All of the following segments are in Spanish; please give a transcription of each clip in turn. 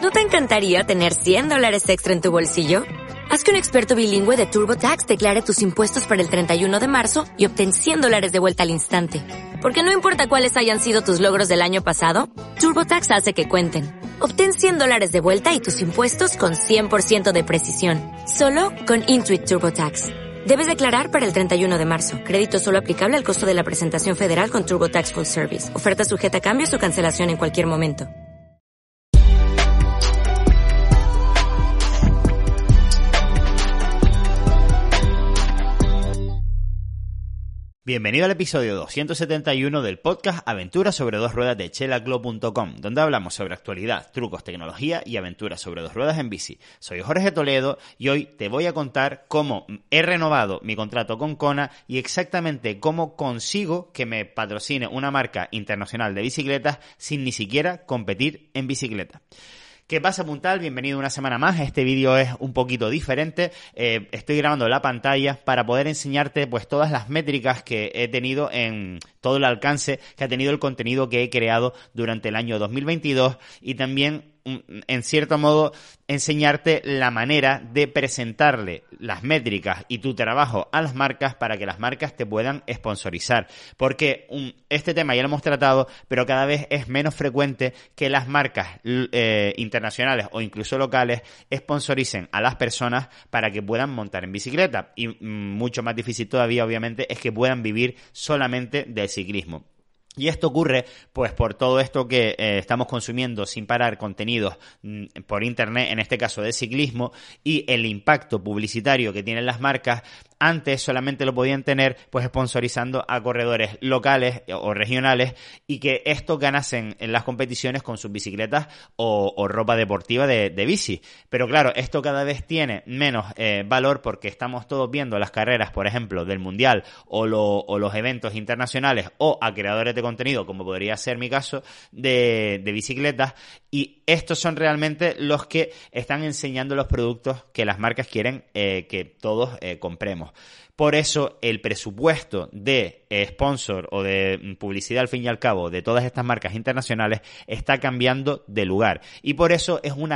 ¿No te encantaría tener $100 extra en tu bolsillo? Haz que un experto bilingüe de TurboTax declare tus impuestos para el 31 de marzo y obtén $100 de vuelta al instante. Porque no importa cuáles hayan sido tus logros del año pasado, TurboTax hace que cuenten. Obtén $100 de vuelta y tus impuestos con 100% de precisión. Solo con Intuit TurboTax. Debes declarar para el 31 de marzo. Crédito solo aplicable al costo de la presentación federal con TurboTax Full Service. Oferta sujeta a cambios o cancelación en cualquier momento. Bienvenido al episodio 271 del podcast Aventuras sobre dos ruedas de chelaclub.com, donde hablamos sobre actualidad, trucos, tecnología y aventuras sobre dos ruedas en bici. Soy Jorge Toledo y hoy te voy a contar cómo he renovado mi contrato con Kona y exactamente cómo consigo que me patrocine una marca internacional de bicicletas sin ni siquiera competir en bicicleta. ¿Qué pasa, Puntal? Bienvenido una semana más. Este vídeo es un poquito diferente. Estoy grabando la pantalla para poder enseñarte pues todas las métricas que he tenido en todo el alcance que ha tenido el contenido que he creado durante el año 2022 y también en cierto modo enseñarte la manera de presentarle las métricas y tu trabajo a las marcas para que las marcas te puedan sponsorizar, porque este tema ya lo hemos tratado, pero cada vez es menos frecuente que las marcas internacionales o incluso locales sponsoricen a las personas para que puedan montar en bicicleta, y mucho más difícil todavía obviamente es que puedan vivir solamente del ciclismo. Y esto ocurre pues por todo esto que estamos consumiendo sin parar contenidos por internet, en este caso de ciclismo, y el impacto publicitario que tienen las marcas. Antes solamente lo podían tener pues sponsorizando a corredores locales o regionales y que estos ganasen en las competiciones con sus bicicletas o ropa deportiva de bici. Pero claro, esto cada vez tiene menos valor porque estamos todos viendo las carreras, por ejemplo, del Mundial o los eventos internacionales o a creadores de contenido, como podría ser mi caso, de bicicletas, y estos son realmente los que están enseñando los productos que las marcas quieren que todos compremos. Por eso el presupuesto de sponsor o de publicidad, al fin y al cabo, de todas estas marcas internacionales está cambiando de lugar. Y por eso es un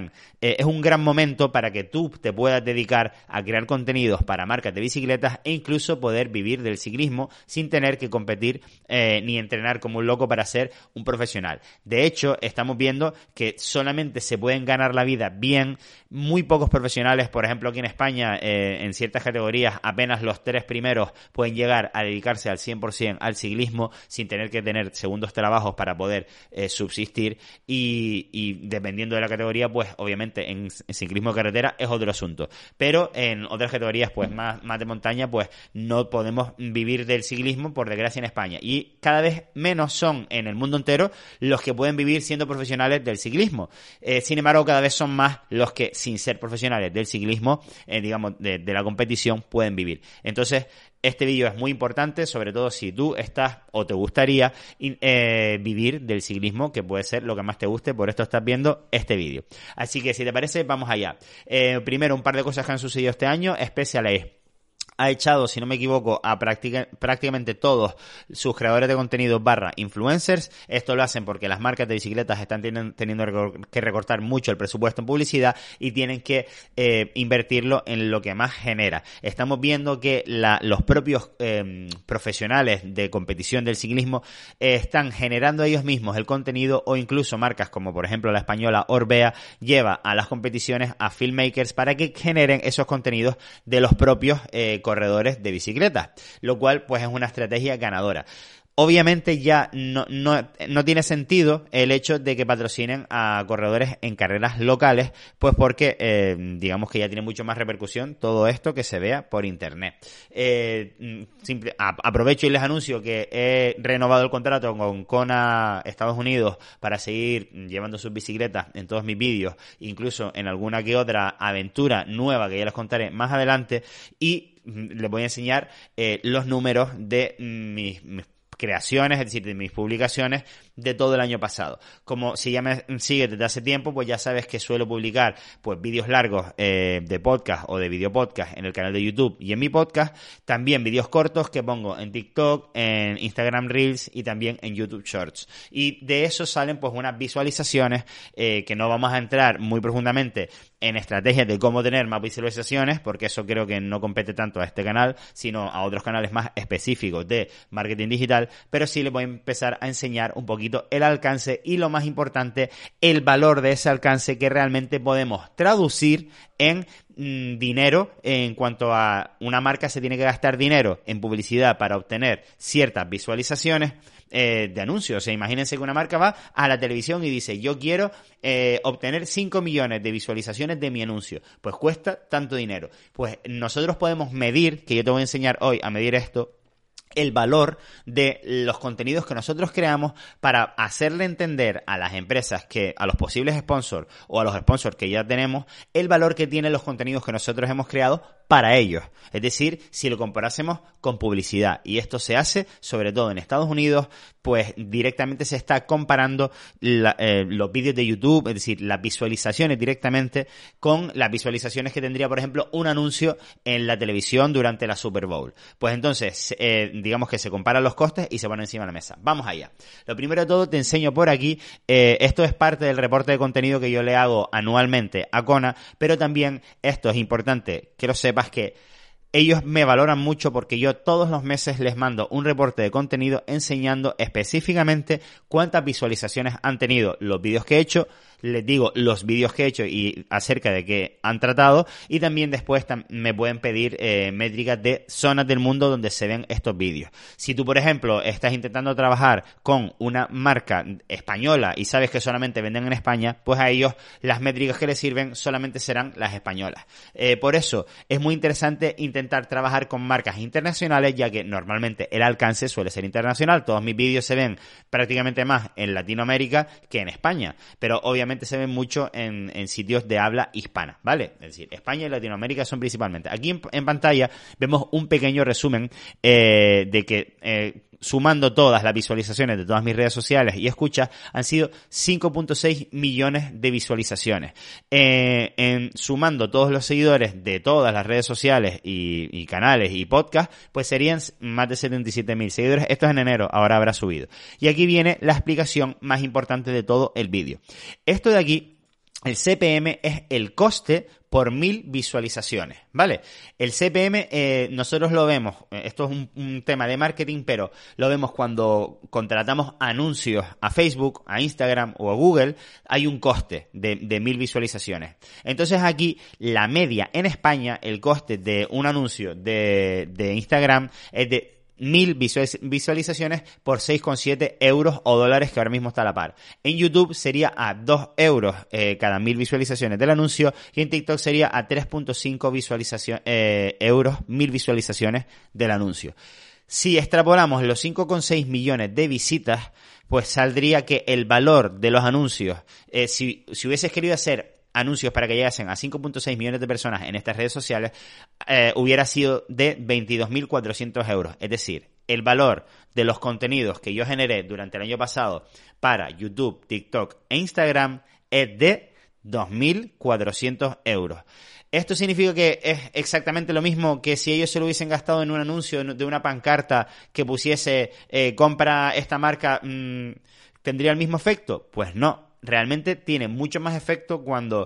gran momento para que tú te puedas dedicar a crear contenidos para marcas de bicicletas e incluso poder vivir del ciclismo sin tener que competir ni entrenar como un loco para ser un profesional. De hecho, estamos viendo que solamente se pueden ganar la vida bien muy pocos profesionales. Por ejemplo, aquí en España, en ciertas categorías, apenas los 3 primeros pueden llegar a dedicarse al 100% al ciclismo sin tener que tener segundos trabajos para poder subsistir, y dependiendo de la categoría, pues obviamente en ciclismo de carretera es otro asunto, pero en otras categorías pues más de montaña pues no podemos vivir del ciclismo, por desgracia, en España, y cada vez menos son en el mundo entero los que pueden vivir siendo profesionales del ciclismo. Sin embargo, cada vez son más los que sin ser profesionales del ciclismo, digamos de la competición, pueden vivir. Entonces, este vídeo es muy importante, sobre todo si tú estás o te gustaría vivir del ciclismo, que puede ser lo que más te guste, por esto estás viendo este vídeo. Así que, si te parece, vamos allá. Primero, un par de cosas que han sucedido este año. Specialized ha echado, si no me equivoco, a prácticamente todos sus creadores de contenido / influencers. Esto lo hacen porque las marcas de bicicletas están teniendo que recortar mucho el presupuesto en publicidad y tienen que invertirlo en lo que más genera. Estamos viendo que los propios profesionales de competición del ciclismo están generando ellos mismos el contenido, o incluso marcas como por ejemplo la española Orbea lleva a las competiciones a filmmakers para que generen esos contenidos de los propios corredores de bicicleta, lo cual pues es una estrategia ganadora. Obviamente ya no tiene sentido el hecho de que patrocinen a corredores en carreras locales, pues porque digamos que ya tiene mucho más repercusión todo esto que se vea por internet. Aprovecho y les anuncio que he renovado el contrato con Kona Estados Unidos para seguir llevando sus bicicletas en todos mis vídeos, incluso en alguna que otra aventura nueva que ya les contaré más adelante, y les voy a enseñar los números de mis creaciones, es decir, de mis publicaciones de todo el año pasado. Como si ya me sigues desde hace tiempo, pues ya sabes que suelo publicar pues vídeos largos de podcast o de video podcast en el canal de YouTube y en mi podcast, también vídeos cortos que pongo en TikTok, en Instagram Reels y también en YouTube Shorts. Y de eso salen pues unas visualizaciones que no vamos a entrar muy profundamente en estrategias de cómo tener más visualizaciones, porque eso creo que no compete tanto a este canal, sino a otros canales más específicos de marketing digital, pero sí les voy a empezar a enseñar un poquito el alcance y, lo más importante, el valor de ese alcance que realmente podemos traducir en dinero. En cuanto a una marca se tiene que gastar dinero en publicidad para obtener ciertas visualizaciones de anuncios. O sea, imagínense que una marca va a la televisión y dice, yo quiero obtener 5 millones de visualizaciones de mi anuncio. Pues cuesta tanto dinero. Pues nosotros podemos medir, que yo te voy a enseñar hoy a medir esto, el valor de los contenidos que nosotros creamos para hacerle entender a las empresas, a los posibles sponsors o a los sponsors que ya tenemos, el valor que tienen los contenidos que nosotros hemos creado para ellos. Es decir, si lo comparásemos con publicidad. Y esto se hace sobre todo en Estados Unidos, pues directamente se está comparando los vídeos de YouTube, es decir, las visualizaciones directamente con las visualizaciones que tendría, por ejemplo, un anuncio en la televisión durante la Super Bowl. Pues entonces, digamos que se comparan los costes y se ponen encima de la mesa. Vamos allá. Lo primero de todo te enseño por aquí, esto es parte del reporte de contenido que yo le hago anualmente a Kona, pero también esto es importante que lo sepas, que ellos me valoran mucho porque yo todos los meses les mando un reporte de contenido enseñando específicamente cuántas visualizaciones han tenido los vídeos que he hecho, les digo los vídeos que he hecho y acerca de qué han tratado, y también después me pueden pedir métricas de zonas del mundo donde se ven estos vídeos. Si tú, por ejemplo, estás intentando trabajar con una marca española y sabes que solamente venden en España, pues a ellos las métricas que les sirven solamente serán las españolas. Por eso es muy interesante intentar trabajar con marcas internacionales, ya que normalmente el alcance suele ser internacional. Todos mis vídeos se ven prácticamente más en Latinoamérica que en España, pero obviamente se ven mucho en sitios de habla hispana, ¿vale? Es decir, España y Latinoamérica son principalmente. Aquí en pantalla vemos un pequeño resumen de que sumando todas las visualizaciones de todas mis redes sociales y escuchas, han sido 5.6 millones de visualizaciones. Sumando todos los seguidores de todas las redes sociales y canales y podcasts, pues serían más de 77.000 seguidores. Esto es en enero, ahora habrá subido. Y aquí viene la explicación más importante de todo el vídeo. Esto de aquí, el CPM, es el coste por 1000 visualizaciones, ¿vale? El CPM nosotros lo vemos, esto es un tema de marketing, pero lo vemos cuando contratamos anuncios a Facebook, a Instagram o a Google, hay un coste de 1000 visualizaciones. Entonces aquí la media en España, el coste de un anuncio de Instagram es de 1000 visualizaciones por 6,7 euros o dólares, que ahora mismo está a la par. En YouTube sería a 2 euros cada 1000 visualizaciones del anuncio, y en TikTok sería a 3,5 euros 1000 visualizaciones del anuncio. Si extrapolamos los 5,6 millones de visitas, pues saldría que el valor de los anuncios, si hubieses querido hacer anuncios para que llegasen a 5.6 millones de personas en estas redes sociales, hubiera sido de 22.400 euros. Es decir, el valor de los contenidos que yo generé durante el año pasado para YouTube, TikTok e Instagram es de 2.400 euros. Esto significa que es exactamente lo mismo que si ellos se lo hubiesen gastado en un anuncio de una pancarta que pusiese compra esta marca, ¿tendría el mismo efecto? Pues no. Realmente tiene mucho más efecto cuando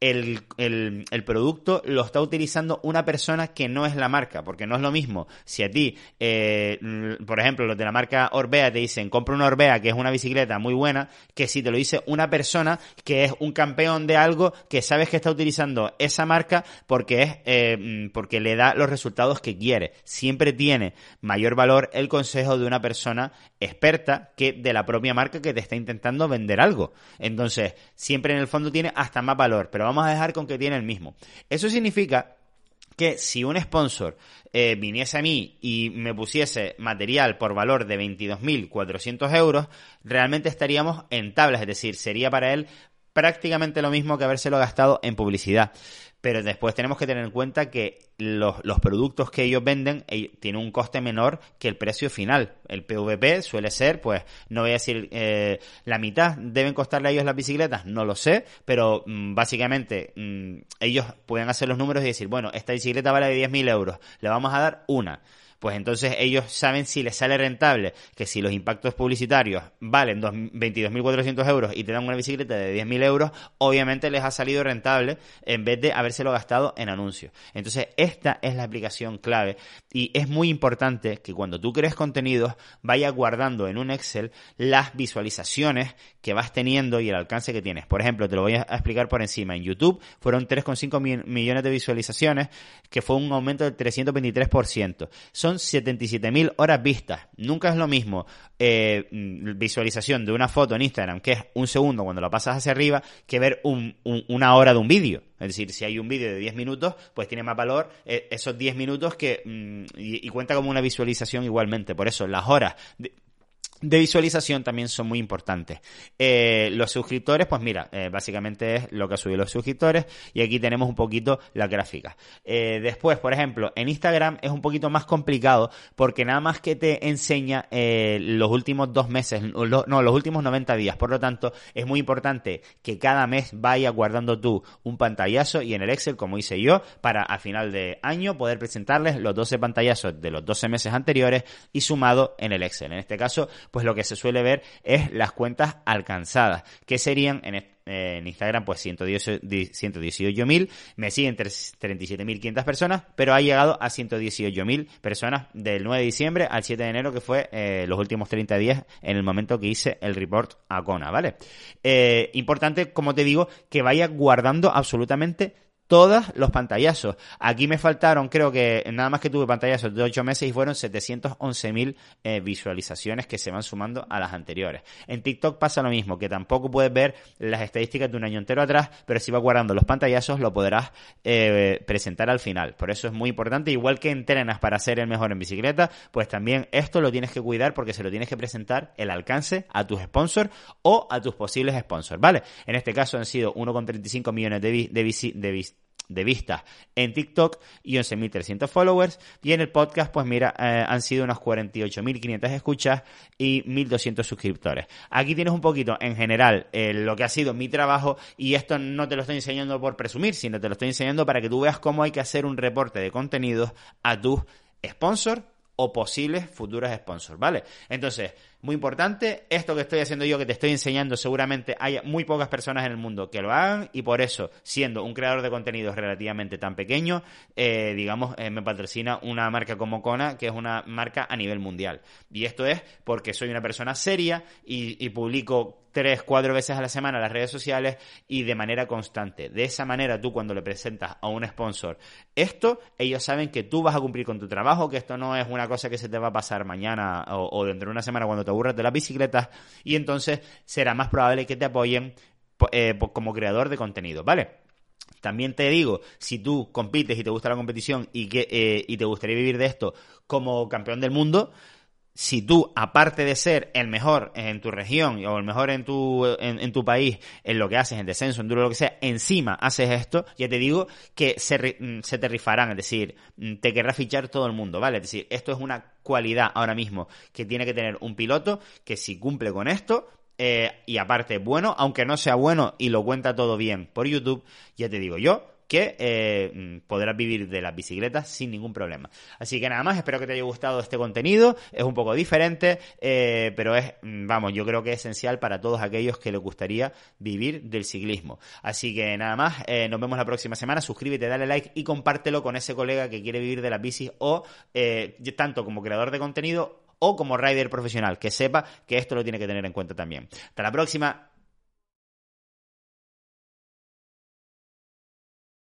el producto lo está utilizando una persona que no es la marca, porque no es lo mismo si a ti, por ejemplo, los de la marca Orbea te dicen compra una Orbea, que es una bicicleta muy buena, que si te lo dice una persona que es un campeón de algo, que sabes que está utilizando esa marca porque le da los resultados que quiere. Siempre tiene mayor valor el consejo de una persona experta que de la propia marca que te está intentando vender algo. Entonces, siempre en el fondo tiene hasta más valor, pero vamos a dejar con que tiene el mismo. Eso significa que si un sponsor viniese a mí y me pusiese material por valor de 22.400 euros, realmente estaríamos en tablas, es decir, sería para él prácticamente lo mismo que habérselo gastado en publicidad. pero después tenemos que tener en cuenta que los productos que ellos venden tienen un coste menor que el precio final. El PVP suele ser, pues, no voy a decir la mitad deben costarle a ellos las bicicletas, no lo sé, pero básicamente ellos pueden hacer los números y decir, bueno, esta bicicleta vale de 10.000 euros, le vamos a dar una. Pues entonces ellos saben si les sale rentable, que si los impactos publicitarios valen 22.400 euros y te dan una bicicleta de 10.000 euros, obviamente les ha salido rentable en vez de habérselo gastado en anuncios. Entonces esta es la aplicación clave y es muy importante que cuando tú crees contenidos vayas guardando en un Excel las visualizaciones que vas teniendo y el alcance que tienes. Por ejemplo, te lo voy a explicar por encima. En YouTube fueron 3,5 millones de visualizaciones, que fue un aumento del 323%. Son 77.000 horas vistas. Nunca es lo mismo visualización de una foto en Instagram, que es un segundo cuando lo pasas hacia arriba, que ver una hora de un vídeo. Es decir, si hay un vídeo de 10 minutos, pues tiene más valor esos 10 minutos y cuenta como una visualización igualmente. Por eso las horas de visualización también son muy importantes. Los suscriptores, pues mira, básicamente es lo que ha subido los suscriptores y aquí tenemos un poquito la gráfica. Después, por ejemplo, en Instagram es un poquito más complicado porque nada más que te enseña los últimos 2 meses, los últimos 90 días. Por lo tanto, es muy importante que cada mes vayas guardando tú un pantallazo y en el Excel, como hice yo, para a final de año poder presentarles los 12 pantallazos de los 12 meses anteriores y sumado en el Excel. En este caso, pues lo que se suele ver es las cuentas alcanzadas, que serían en Instagram pues 118.000, me siguen 37.500 personas, pero ha llegado a 118.000 personas del 9 de diciembre al 7 de enero, que fue los últimos 30 días en el momento que hice el report a Kona, ¿vale? Importante, como te digo, que vayas guardando absolutamente todos los pantallazos. Aquí me faltaron, creo que nada más que tuve pantallazos de 8 meses y fueron 711.000 visualizaciones que se van sumando a las anteriores. En TikTok pasa lo mismo, que tampoco puedes ver las estadísticas de un año entero atrás, pero si vas guardando los pantallazos lo podrás presentar al final. Por eso es muy importante, igual que entrenas para ser el mejor en bicicleta, pues también esto lo tienes que cuidar porque se lo tienes que presentar el alcance a tus sponsors o a tus posibles sponsors, ¿vale? En este caso han sido 1,35 millones de vistas en TikTok y 11.300 followers, y en el podcast pues mira, han sido unas 48.500 escuchas y 1.200 suscriptores. Aquí tienes un poquito en general lo que ha sido mi trabajo, y esto no te lo estoy enseñando por presumir, sino te lo estoy enseñando para que tú veas cómo hay que hacer un reporte de contenidos a tus sponsors o posibles futuros sponsors, ¿vale? Entonces, muy importante, esto que estoy haciendo yo, que te estoy enseñando, seguramente hay muy pocas personas en el mundo que lo hagan, y por eso, siendo un creador de contenidos relativamente tan pequeño, me patrocina una marca como Kona, que es una marca a nivel mundial. Y esto es porque soy una persona seria y publico 3-4 veces a la semana en las redes sociales y de manera constante. De esa manera, tú cuando le presentas a un sponsor esto, ellos saben que tú vas a cumplir con tu trabajo, que esto no es una cosa que se te va a pasar mañana o dentro de una semana cuando te aburras de las bicicletas, y entonces será más probable que te apoyen como creador de contenido, ¿vale? También te digo, si tú compites y te gusta la competición y te gustaría vivir de esto como campeón del mundo, si tú, aparte de ser el mejor en tu región o el mejor en tu país, en lo que haces, en descenso, en duro, lo que sea, encima haces esto, ya te digo que se te rifarán, es decir, te querrá fichar todo el mundo, ¿vale? Es decir, esto es una cualidad ahora mismo que tiene que tener un piloto, que si cumple con esto, y aparte bueno, aunque no sea bueno y lo cuenta todo bien por YouTube, ya te digo yo que podrás vivir de las bicicletas sin ningún problema. Así que nada más, espero que te haya gustado este contenido. Es un poco diferente, pero yo creo que es esencial para todos aquellos que les gustaría vivir del ciclismo. Así que nada más, nos vemos la próxima semana. Suscríbete, dale like y compártelo con ese colega que quiere vivir de las bicis, o tanto como creador de contenido o como rider profesional, que sepa que esto lo tiene que tener en cuenta también. Hasta la próxima.